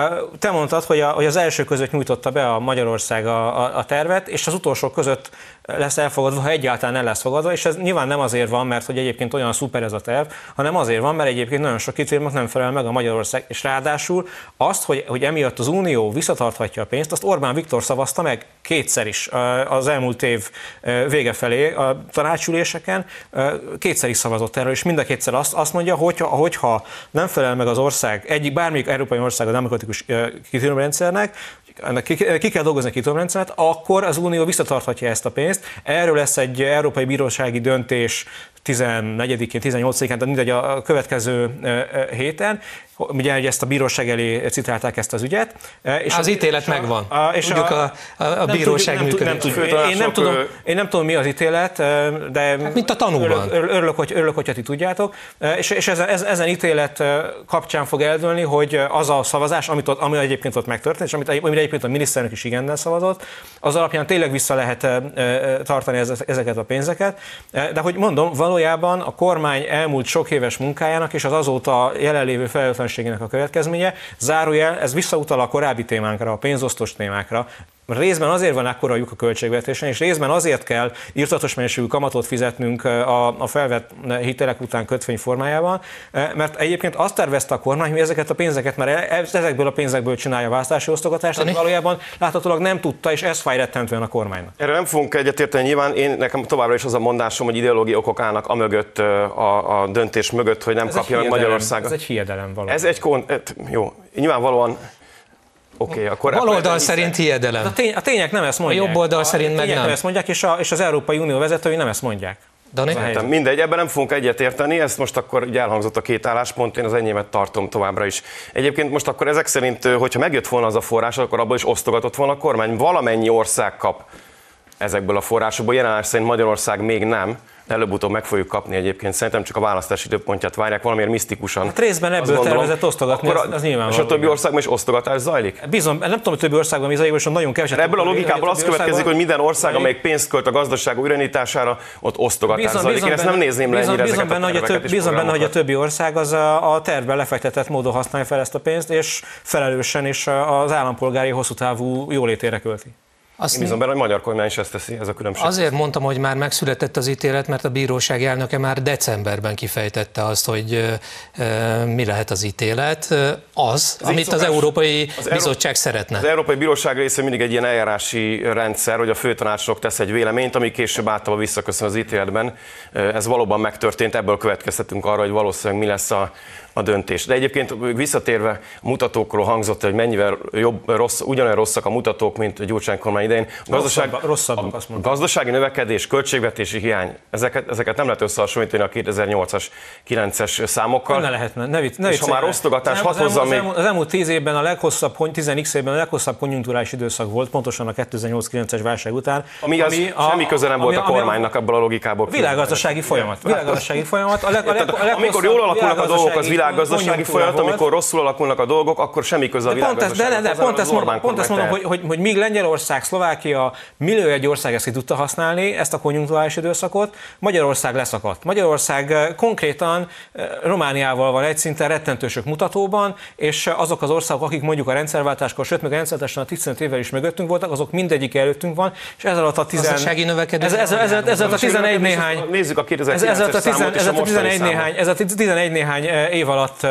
te mondtad, hogy, a, hogy az első között nyújtotta be a Magyarország a, a, a tervet, és az utolsók között lesz elfogadva, ha egyáltalán el lesz fogadva, és ez nyilván nem azért van, mert hogy egyébként olyan szuper ez a terv, hanem azért van, mert egyébként nagyon sok kritériumnak nem felel meg a Magyarország, és ráadásul azt, hogy, hogy emiatt az Unió visszatarthatja a pénzt, azt Orbán Viktor szavazta meg kétszer is az elmúlt év vége felé a tanácsüléseken, kétszer is szavazott erről, és mind a kétszer azt, azt mondja, hogyha, hogyha nem felel meg az ország, egyik bármelyik európai ország a demokratikus kritériumrendszernek, ki, ki kell dolgozni a kritériumrendszert, akkor az Unió visszatarthatja ezt a pénzt. Erről lesz egy európai bírósági döntés tizennegyedikén, tizennyolcadikán, tehát mindegy a következő héten. Ugye ezt a bíróság elé citálták ezt az ügyet. És az ítélet megvan. A, és Tudjuk a, a, a bíróság működik. Én nem tudom, én nem tudom, mi az ítélet, de hát, mint a tanúban. Örülök, örülök, hogy, örülök, hogyha ti tudjátok. És, és ezen, ezen ítélet kapcsán fog eldőlni, hogy az a szavazás, amit ott, ami egyébként ott megtörtént, és amit, amire egyébként a miniszterelnök is igennel szavazott, az alapján tényleg vissza lehet tartani ezeket a pénzeket. De hogy mondom, valójában a kormány elmúlt sok éves munkájának és az azóta jelenlévő felelőtlenségének a következménye, zárójel, ez visszautal a korábbi témánkra, a pénzosztos témákra, mert részben azért van akkora lyuk a költségvetésen, és részben azért kell irtatos mennyiségű kamatot fizetnünk a, a felvett hitelek után kötvény formájában, mert egyébként azt tervezte a kormány, hogy ezeket a pénzeket, mert ezekből a pénzekből csinálja a választási osztogatást, tehát valójában láthatólag nem tudta, és ez fáj rettentően a kormánynak. Erre nem fogunk egyetérteni, nyilván én nekem továbbra is az a mondásom, hogy ideológiai okok állnak a mögött, a, a döntés mögött, hogy nem ez kapja meg Magyarország. Ez egy hiedelem valóban. Ez egy kon... Jó, nyilvánvalóan oké, okay, akkor... Baloldal szerint hiedelem. A, tény, a tények nem ezt mondják. A jobb oldal szerint meg nem. nem ezt mondják, és, a, és az Európai Unió vezetői nem ezt mondják. Dani? Mindegy, ebben nem fogunk egyetérteni, ezt most akkor ugye elhangzott a két álláspont, én az enyémet tartom továbbra is. Egyébként most akkor ezek szerint, hogyha megjött volna az a forrás, akkor abból is osztogatott volna a kormány. Valamennyi ország kap ezekből a forrásokból, jelenleg szerint Magyarország még nem. Előbb-utóbb meg fogjuk kapni egyébként. Szerintem csak a választási időpontját várják valamiért misztikusan. Hát részben ebből tervezett osztogatni, akkor az, az nyilvánvaló. És a többi országban is osztogatás zajlik? Bizony, nem tudom, hogy többi országban mi zajlik, és nagyon keveset. Ebből a logikából az következik, országban... hogy minden ország, amelyik pénzt költ a gazdaság újraindítására, ott osztogatás bizony, zajlik. Én ezt nem nézném le ennyire bizony, ezeket benne, a terveket és Bízom benne, hogy a többi ország az a, a tervben lefektetett módon használja fel ezt a pénzt, és felelősen és az állampolgári hosszú távú jólétére költi. Azt Én bízom benne, hogy a magyar kormány is ezt teszi, ez a különbség. Azért mondtam, hogy már megszületett az ítélet, mert a bíróság elnöke már decemberben kifejtette azt, hogy e, mi lehet az ítélet. Az, az amit az Európai az Bizottság Euró... szeretne. Az Európai Bíróság része mindig egy ilyen eljárási rendszer, hogy a főtanácsnok tesz egy véleményt, ami később általában visszaköszön az ítéletben. Ez valóban megtörtént, ebből következtetünk arra, hogy valószínűleg mi lesz a a döntés. De egyébként visszatérve a mutatókról hangzott, hogy mennyivel jobb, rossz, ugyanolyan rosszak a mutatók, mint a Gyurcsány kormány idején. A gazdaság, rosszabbak, azt mondom. Gazdasági növekedés, költségvetési hiány, ezeket, ezeket nem lehet összehasonlítani a kétezer-nyolcas, kilences számokkal. Ne lehetne, ne vitt, ne és ha már osztogatás, hadd hozzam még... Az elmúlt tíz évben a leghosszabb, tíz évben a leghosszabb konjunkturális időszak volt, pontosan a kétezer-nyolc-kilences válság után. Ami, az ami a, semmi köze nem volt a kormánynak abból a logikából. Világgazdasági folyamat. Világgazdasági folyamat. A leg, a leg, a amikor jól alakulnak a dolgok, az világgazdasági folyamat, amikor rosszul alakulnak a dolgok, akkor semmi köze a világgazdasághoz. De pont ezt mondom, pont ezt mondom hogy, hogy, hogy míg Lengyelország, Szlovákia, millió egy ország ezt ki tudta használni, ezt a konjunkturális időszakot, Magyarország leszakadt. Magyarország konkrétan Romániával van egy szinten rettentő sok mutatóban, és azok az országok, akik mondjuk a rendszerváltáskor, sőt, meg a rendszerváltáskor a tizenöt évvel is mögöttünk voltak, azok mindegyik előttünk van, és ez alatt a gazdasági növekedés. Ez, ez, ez, ez a tizenegy néhány. Nézzük a kétezer-kilences számot és a mostani számot. Ez a tizenegy néhány év alatt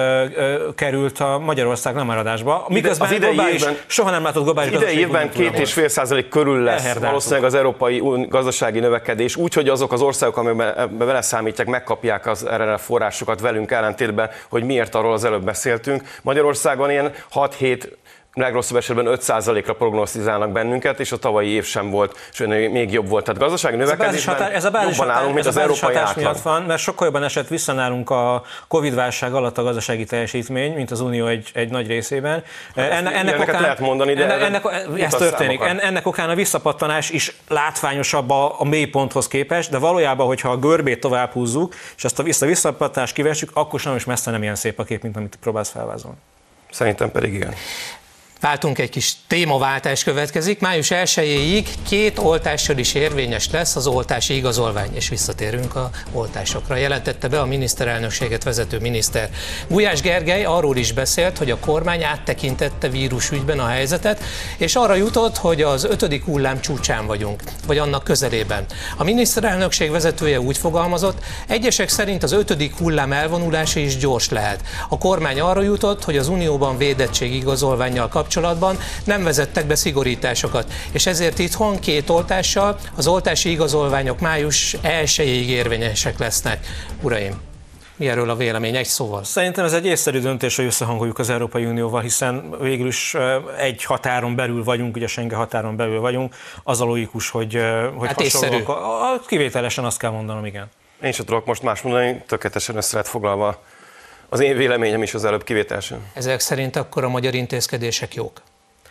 került a Magyarország lemaradásba, miközben az idei globális, évben, soha nem látott globális idei évben két és fél százalék körül lesz Elherdáltuk. valószínűleg az európai gazdasági növekedés, úgyhogy azok az országok, amiben beleszámítják, megkapják az erre forrásokat velünk ellentétben, hogy miért arról az előbb beszéltünk. Magyarországon ilyen hat-hét legrosszabb esetben öt százalékra prognosztizálnak bennünket, és a tavalyi év sem volt, és még jobb volt. Tehát gazdasági növekedésben ez a bázis jobban állunk, mint az európai átlag. Miatt van, mert sokkal jobban esett vissza nálunk a Covid-válság alatt a gazdasági teljesítmény, mint az Unió egy, egy nagy részében. Hát ennek, ennek okán, lehet mondani, de ennek, ennek, ez történik. En, ennek okán a visszapattanás is látványosabb a, a mélyponthoz képest, de valójában, hogyha a görbét tovább húzzuk, és ezt a visszapattást kivessük, akkor sem is messze nem ilyen szép a kép, mint amit próbálsz felvázolni. Szerintem pedig igen. Váltunk, egy kis témaváltás következik. május elsejéig két oltással is érvényes lesz az oltási igazolvány, és visszatérünk a oltásokra. Jelentette be a miniszterelnökséget vezető miniszter. Gulyás Gergely arról is beszélt, hogy a kormány áttekintette vírusügyben a helyzetet, és arra jutott, hogy az ötödik hullám csúcsán vagyunk, vagy annak közelében. A miniszterelnökség vezetője úgy fogalmazott, egyesek szerint az ötödik hullám elvonulása is gyors lehet. A kormány arra jutott, hogy az Unióban védettségigazolvánnyal kapcsolatban kapcsolatban nem vezettek be szigorításokat, és ezért itthon két oltással az oltási igazolványok május elsejéig érvényesek lesznek. Uraim, mi erről a vélemény egy szóval? Szerintem ez egy észszerű döntés, hogy összehangoljuk az Európai Unióval, hiszen végül is egy határon belül vagyunk, ugye Schengen határon belül vagyunk, az a logikus, hogy, hogy hát észszerű. Kivételesen azt kell mondanom, igen. Én sem tudok most más mondani, tökéletesen össze lett foglalva. Az én véleményem is az előbb kivételesen. Ezek szerint akkor a magyar intézkedések jók?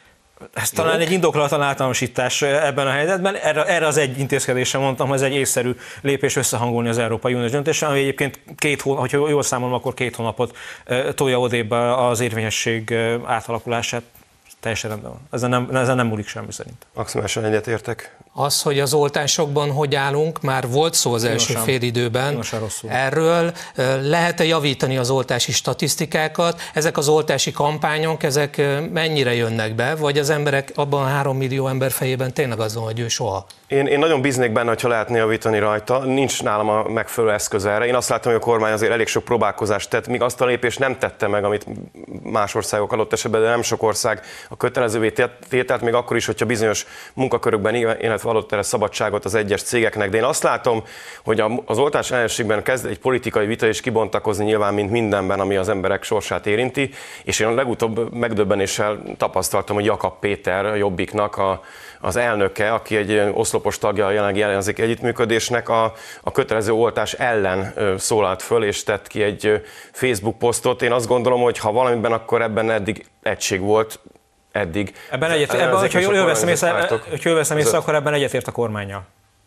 Ez talán jók? Egy indokolatlan általánosítás ebben a helyzetben. Erre, erre az egy intézkedésre mondtam, hogy ez egy észszerű lépés összehangolni az Európai Uniós döntéssel, ami egyébként két hónap, hogyha jól számolom, akkor két hónapot tolja odébb az érvényesség átalakulását. Teljesen rendben van. Ezen nem, ezen nem múlik semmi szerint. Maximálisan egyetértek. Az, hogy az oltásokban hogy állunk, már volt szó az első Kínosan. félidőben erről. Lehet-e javítani az oltási statisztikákat? Ezek az oltási kampányok, ezek mennyire jönnek be? Vagy az emberek abban a három millió ember fejében tényleg az van, hogy ő soha? Én, én nagyon bíznék benne, hogyha lehetne javítani rajta. Nincs nálam a megfelelő eszköz erre. Én azt látom, hogy a kormány azért elég sok próbálkozást tett, míg azt a lépést nem tette meg, amit más országok adott esetben, de nem sok ország a kötelezővé tételt, még akkor is, hogyha bizonyos munkakörökben, illetve adott erre szabadságot az egyes cégeknek. De én azt látom, hogy az oltás ellenségben kezd egy politikai vita is kibontakozni nyilván, mint mindenben, ami az emberek sorsát érinti, és én a legutóbb megdöbbenéssel tapasztaltam, hogy Jakab Péter, a Jobbiknak a, az elnöke, aki egy oszlopos tagja a jelenlegi ellenzéki együttműködésnek, a, a kötelező oltás ellen szólalt föl, és tett ki egy Facebook posztot. Én azt gondolom, hogy ha valamiben, akkor ebben eddig egység volt, eddig. Ebben egyet, ebben, hogyha jól veszem észre, jól veszem észre, akkor ebben egyetért a kormánnyal.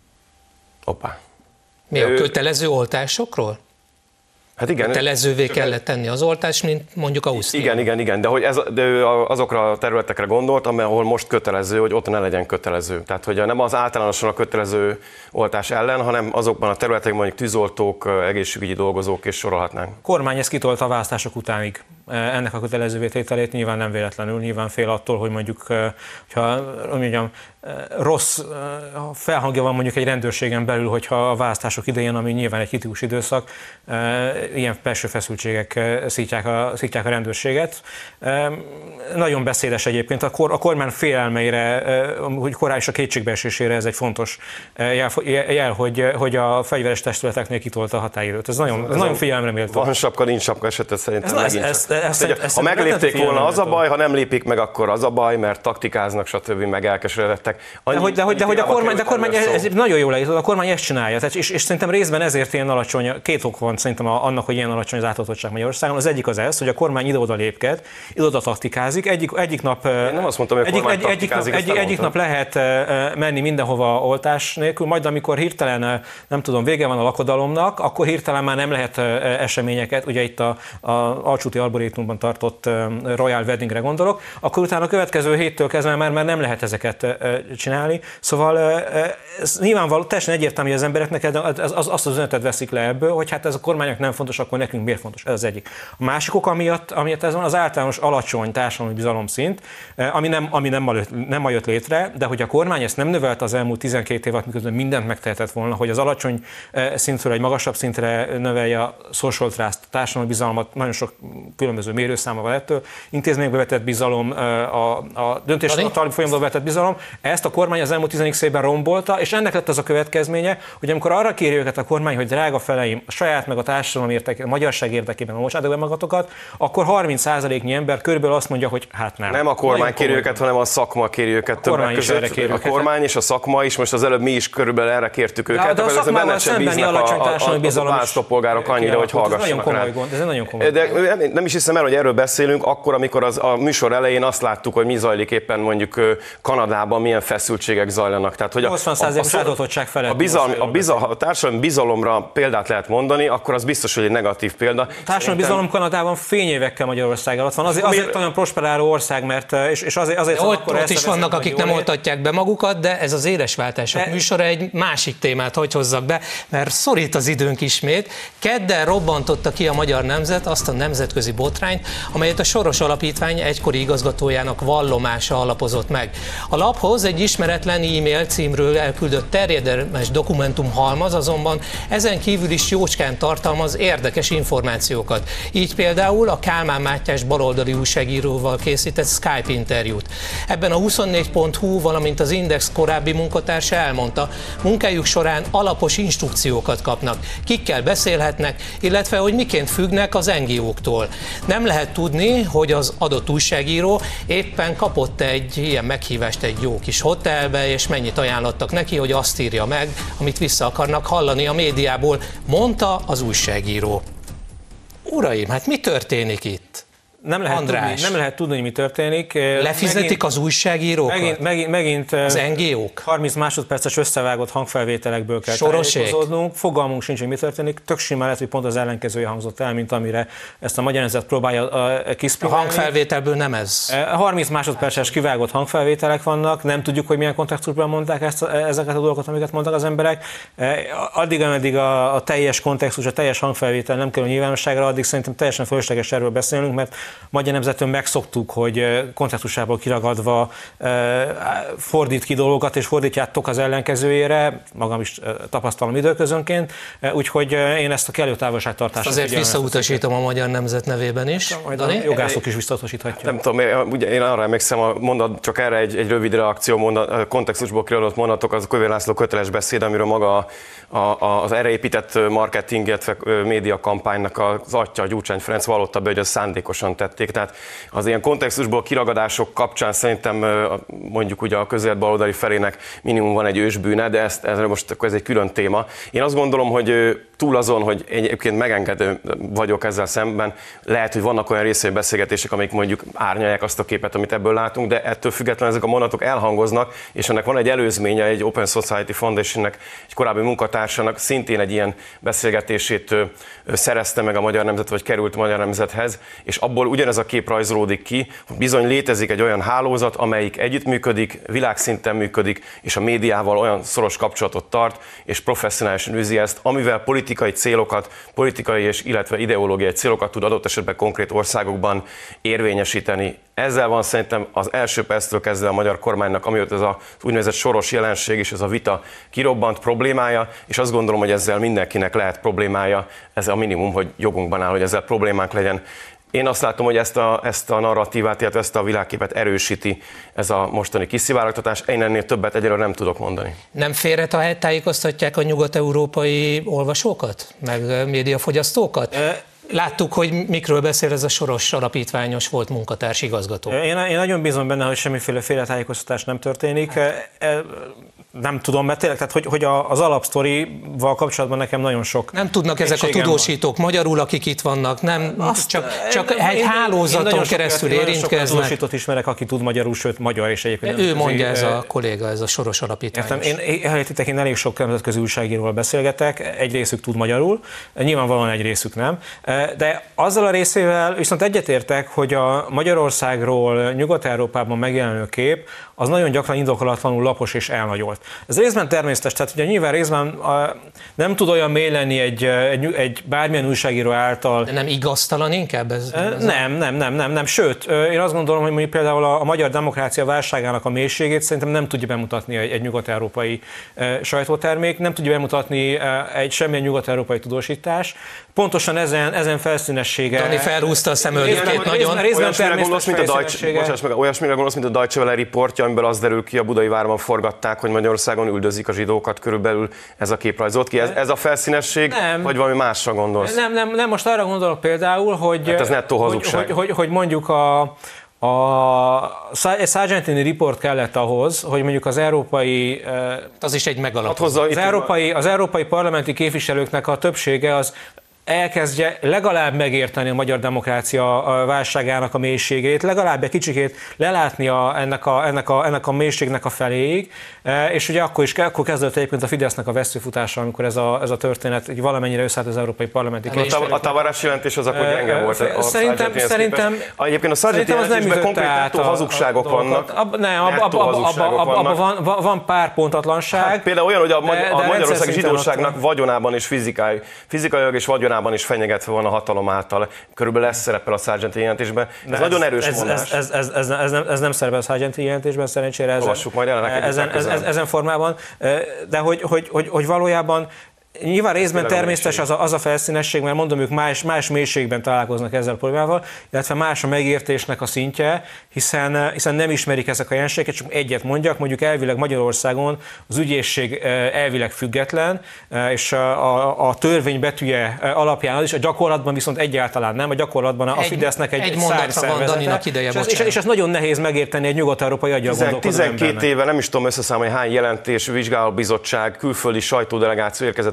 Hoppá. Mi a kötelező oltásokról? Hát igen. Kötelezővé kellett tenni az oltást, mint mondjuk Ausztria. Igen, igen, igen, de hogy ez, de azokra a területekre gondolt, ahol most kötelező, hogy ott ne legyen kötelező. Tehát, hogy nem az általánosan a kötelező oltás ellen, hanem azokban a területekben mondjuk tűzoltók, egészségügyi dolgozók, és sorolhatnánk. A kormány ezt kitolta a választások utánig. Ennek a kötelezővé tételét nyilván nem véletlenül, nyilván fél attól, hogy mondjuk, hogyha mondjam, rossz felhangja van mondjuk egy rendőrségen belül, hogyha a választások idején, ami nyilván egy kritikus időszak, ilyen belső feszültségek szítják a, szítják a rendőrséget. Nagyon beszédes egyébként, a, kor, a kormány félelmeire, hogy korán is a kétségbeesésére ez egy fontos jel, jel hogy, hogy a fegyveres testületeknél kitolta a határidőt. Ez nagyon, ez ez nagyon figyelemre méltó. Van sapka, nincs sapka esetet szerintem. Ez, ez, ez, ez, ez, ez, ha meglépték volna, az a baj, ha nem lépik meg, akkor az a baj, mert taktikáznak, stb. Meg elkeseredettek. De hogy, de, hogy, de hogy a kormány, de a kormány ez, ez nagyon jól leírtad, a kormány ezt csinálja, tehát, és, és szerintem részben ezért ilyen alacsony, két ok van szerintem annak, hogy ilyen alacsony az átoltottság Magyarországon. Az egyik az ez, hogy a kormány ide-oda lépked, ide-oda taktikázik, egyik, egyik nap, Én nem azt mondtam, hogy a egyik, egy, egyik, nap, egyik, egyik nap lehet menni mindenhova oltás nélkül, majd amikor hirtelen, nem tudom, vége van a lakodalomnak, akkor hirtelen már nem lehet eseményeket, ugye itt a, a Alcsúti Arborétumban tartott Royal Weddingre gondolok, akkor utána a következő héttől kezdve már, már nem lehet ezeket csinálni. Szóval ez nyilvánvaló, teljesen egyértelmű, hogy az embereknek az, az, azt az üzenetet veszik le ebből, hogy hát ez a kormánynak nem fontos, akkor nekünk miért fontos. Ez az egyik. A másik ok, amiatt, amiatt ez van, az általános alacsony társadalmi bizalomszint, ami nem, ami nem, ma, nem ma jött létre, de hogy a kormány ezt nem növelte az elmúlt tizenkét évet, miközben mindent megtehetett volna, hogy az alacsony szintről egy magasabb szintre növelje a social trust, társadalmi bizalmat, nagyon sok különböző mérőszáma van ettől, intézményekbe vetett bizalom, a, a döntéshozatali folyamatban vetett bizalom, ezt a kormány az elmúlt tizenegy évben rombolta, és ennek lett az a következménye, hogy amikor arra kéri őket a kormány, hogy drága feleim, a saját meg a társadalom érdekében, a magyarság érdekében mocsátok be magatokat, akkor harminc százaléknyi ember körülbelül azt mondja, hogy hát nem. Nem a kormány kéri őket, hanem a szakma kéri őket többek között. A kormány és a szakma is, most az előbb mi is körülbelül erre kértük őket, de, de a szakmával szembeni alacsony társadalmi bizalom a választópolgárok annyira, hogy hallgassanak rá. Ez egy nagyon komoly. De nem is hiszem el, hogy erről beszélünk, akkor, amikor az, a műsor elején azt láttuk, hogy mi zajlik éppen mondjuk Kanadában, milyen feszültségek zajlanak. Tehát, hogy nyolcvan százalékos átoltottság felett. A, bizalmi, a, bizal, a társadalmi bizalomra példát lehet mondani, akkor az biztos, hogy egy negatív példa. A társadalmi bizalom Kanadában fényévekkel Magyarország alatt van. Azért, azért olyan prosperáló ország, mert és, és azért, azért ott, ott is vannak, akik nem oltatják be magukat, de ez az Élesváltások e... műsora egy másik témát hogy hozzak be, mert szorít az időnk ismét. Kedden robbantotta ki a Magyar Nemzet azt a nemzetközi botrányt, amelyet a Soros Alapítvány egykori igazgatójának vallomása alapozott meg. A laphoz egy ismeretlen e-mail címről elküldött terjedelmes dokumentum halmaz azonban ezen kívül is jócskán tartalmaz érdekes információkat. Így például a Kálmán Mátyás baloldali újságíróval készített Skype interjút. Ebben a huszonnégy pont hu, valamint az Index korábbi munkatársa elmondta, munkájuk során alapos instrukciókat kapnak, kikkel beszélhetnek, illetve hogy miként függnek az en gé óktól. Nem lehet tudni, hogy az adott újságíró éppen kapott egy ilyen meghívást egy jó kis hotelbe, és mennyit ajánlottak neki, hogy azt írja meg, amit vissza akarnak hallani a médiából, mondta az újságíró. Uraim, hát mi történik itt? Nem lehet, tudni, nem lehet tudni, hogy mi történik. Lefizetik megint, az újságírókat? Megint, megint, megint az en gé ók? harminc másodperces összevágott hangfelvételekből kell tájékozódnunk. Fogalmunk sincs, hogy mi történik. Tök simán lehet, hogy pont az ellenkezője hangzott el, mint amire ezt a magyar nemzet próbálja kiszpilálni. A hangfelvételből nem ez? harminc másodperces kivágott hangfelvételek vannak, nem tudjuk, hogy milyen kontextusban mondták ezt, ezeket a dolgokat, amiket mondtak az emberek. Addig, ameddig a, a teljes kontextus, a teljes hangfelvétel nem kerül nyilvánosságra, addig szerintem teljesen fölösleges erről beszélnünk, mert magyar nemzetön megszoktuk, hogy kontextusából kiragadva fordít ki dolgokat, és fordítjátok az ellenkezőjére, magam is tapasztalom időközönként, úgyhogy én ezt a kellő távolságtartást... Azért visszautasítom a magyar nemzet nevében is. Majd a jogászok is visszautasíthatják. Nem tudom, ugye én arra emlékszem, a mondat, csak erre egy, egy rövid reakció, mondat, kontextusból kiradott mondatok, az a Kövér László köteles beszéd, amiről maga a, a, az erre épített marketing, illetve média kampánynak az atya, Gyurcsány Ferenc vallotta be, hogy azt szándékosan tették. Tehát az ilyen kontextusból kiragadások kapcsán szerintem mondjuk ugye a közéletbaloldali felének minimum van egy ősbűne, de ezt, ez most ez egy külön téma. Én azt gondolom, hogy túl azon, hogy egyébként megengedő vagyok ezzel szemben, lehet, hogy vannak olyan részei beszélgetések, amik mondjuk árnyalják azt a képet, amit ebből látunk, de ettől függetlenül ezek a mondatok elhangoznak, és ennek van egy előzménye, egy Open Society Foundationnek, egy korábbi munkatársának szintén egy ilyen beszélgetését szerezte meg a Magyar Nemzet, vagy került a Magyar Nemzethez, és abból ugyanez a kép rajzolódik ki, hogy bizony létezik egy olyan hálózat, amelyik együttműködik, világszinten működik, és a médiával olyan szoros kapcsolatot tart, és professzionálisan űzi ezt, amivel politikai célokat, politikai és illetve ideológiai célokat tud adott esetben konkrét országokban érvényesíteni. Ezzel van szerintem az első perctől kezdve a magyar kormánynak, amióta ez az úgynevezett soros jelenség és ez a vita kirobbant problémája, és azt gondolom, hogy ezzel mindenkinek lehet problémája, ez a minimum, hogy jogunkban áll, hogy ezzel problémánk legyen. Én azt látom, hogy ezt a, ezt a narratívát, illetve ezt a világképet erősíti ez a mostani kiszivárogtatás. Én ennél többet egyelőre nem tudok mondani. Nem félre tájékoztatják a nyugat-európai olvasókat, meg médiafogyasztókat? E- Láttuk, hogy mikről beszél ez a Soros alapítványos volt munkatárs igazgató. Én, én nagyon bízom benne, hogy semmiféle félretájékoztatás nem történik. Nem tudom, mert tényleg, tehát, hogy, hogy az alapsztorival kapcsolatban nekem nagyon sok. Nem tudnak ezek a tudósítók van. Magyarul, akik itt vannak, nem, Azt, csak, csak én, egy én, hálózaton én keresztül érintkeznek. Én tudósítót ismerek, aki tud magyarul, sőt magyar és egyébként. Ő mondja ez a kolléga, ez a Soros alapítványos. Értem, én, én, én elég sok nemzetközi újságíróval beszélgetek, egy részük tud magyarul, nyilvánvalóan egy részük nem. De azzal a részével viszont egyetértek, hogy a Magyarországról Nyugat-Európában megjelenő kép az nagyon gyakran indokolatlanul lapos és elnagyolt. Ez részben természetes, tehát ugye nyilván részben a, nem tud olyan mély lenni egy, egy, egy bármilyen újságíró által. De nem igaztalan inkább ez? ez nem, nem, nem, nem, nem. Sőt, én azt gondolom, hogy mondjuk például a, a magyar demokrácia válságának a mélységét szerintem nem tudja bemutatni egy, egy nyugat-európai e, sajtótermék, nem tudja bemutatni e, egy semmilyen nyugat-európai tudósítás. Pontosan ezen, ezen felszínessége. Dani felhúzta a szemöldökét nagyon. Olyasmire gondolsz, mint a Deutsche, bocsáss meg, olyasmire gondolsz, mint a Deutsche Welle riportja, amiből az derül ki, a Budai Várban forgatták, hogy Magyarországon üldözik a zsidókat, körülbelül ez a kép rajzolt ki. Ez, ez a felszínesség, nem, vagy valami másra gondolsz? Nem, nem, nem, most arra gondolok például, hogy, hát ez nettó hazugság. Hogy, hogy, hogy mondjuk a A Sargentini report kellett ahhoz, hogy mondjuk az európai, az is egy megalapozó. Az európai, az európai parlamenti képviselőknek a többsége az elkezdje legalább megérteni a magyar demokrácia válságának a mélységét, legalább egy kicsikét lelátni a, ennek, a, ennek, a, ennek a mélységnek a feléig, és ugye akkor is akkor kezdődött egyébként a Fidesznek a veszőfutása, amikor ez a, ez a történet így valamennyire összeállt az európai parlamenti képviselők. A Tavares jelentés az akkor gyenge volt. A szerintem, szerintem, egyébként a Sargentini jelentésben konkrét nettó hazugságok vannak. Nem, abban van, van pár pontatlanság. Hát, például olyan, hogy a, de, a magyarországi zsidóságnak vagyonában és fizikai, fizikailag és vagyonában is fenyegetve van a hatalom által. Körülbelül ez szerepel a Sargentini jelentésben. Ez, ez nagyon erős ez, mondás. Ez, ez, ez, ez, nem, ez nem szerepel a Sargentini jelentésben, szerencsére ezen, majd el, ezen, ezen, ezen formában. De hogy, hogy, hogy, hogy valójában nyilván részben természetes az a, az a felszínesség, mert mondom, ők más, más mélységben találkoznak ezzel a problémával, illetve más a megértésnek a szintje, hiszen, hiszen nem ismerik ezek a jelenségeket, csak egyet mondjak, mondjuk elvileg Magyarországon az ügyészség elvileg független, és a, a törvény betűje alapján az is, a gyakorlatban viszont egyáltalán nem, a gyakorlatban a Fidesznek egy, egy mondatra van Daninak ideje, és, és, és ez nagyon nehéz megérteni egy nyugat-európai aggyal gondolkodó embernek. tizenkét éve, nem is tudom összeszámolni, hány jelentés, vizsgálóbizottság, külföldi sajtódelegáció érkezett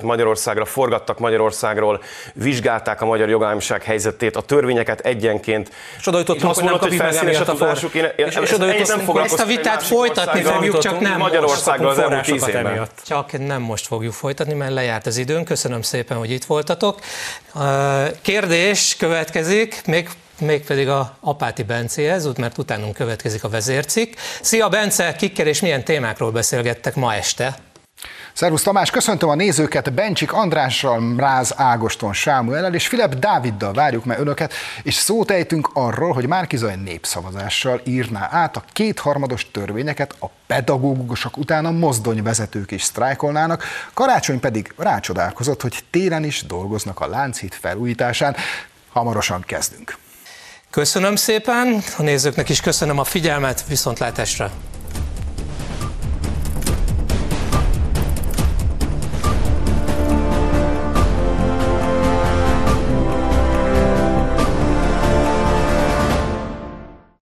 Magyarországra, forgattak Magyarországról, vizsgálták a magyar jogállamiság helyzetét, a törvényeket egyenként. És oda jutottunk, hogy nem kapjuk meg emiatt a forrásokat. Ezt a vitát folytatni fogjuk, csak nem Magyarországra az elmúlt tíz évben. Csak nem most fogjuk folytatni, mert lejárt az időnk. Köszönöm szépen, hogy itt voltatok. Kérdés következik, még mégpedig a Apáti Bencéhez, mert utánunk következik a vezércikk. Szia Bence, kikkel és milyen témákról beszélgettek ma este? Szervusz Tamás, köszöntöm a nézőket, Bencsik Andrással, Mráz Ágoston Sámuellel és Filip Dáviddal várjuk meg önöket, és szót ejtünk arról, hogy Márki-Zay népszavazással írná át a kétharmados törvényeket, a pedagógusok után a mozdonyvezetők is sztrájkolnának, Karácsony pedig rácsodálkozott, hogy télen is dolgoznak a Lánchíd felújításán. Hamarosan kezdünk. Köszönöm szépen, a nézőknek is köszönöm a figyelmet, viszontlátásra!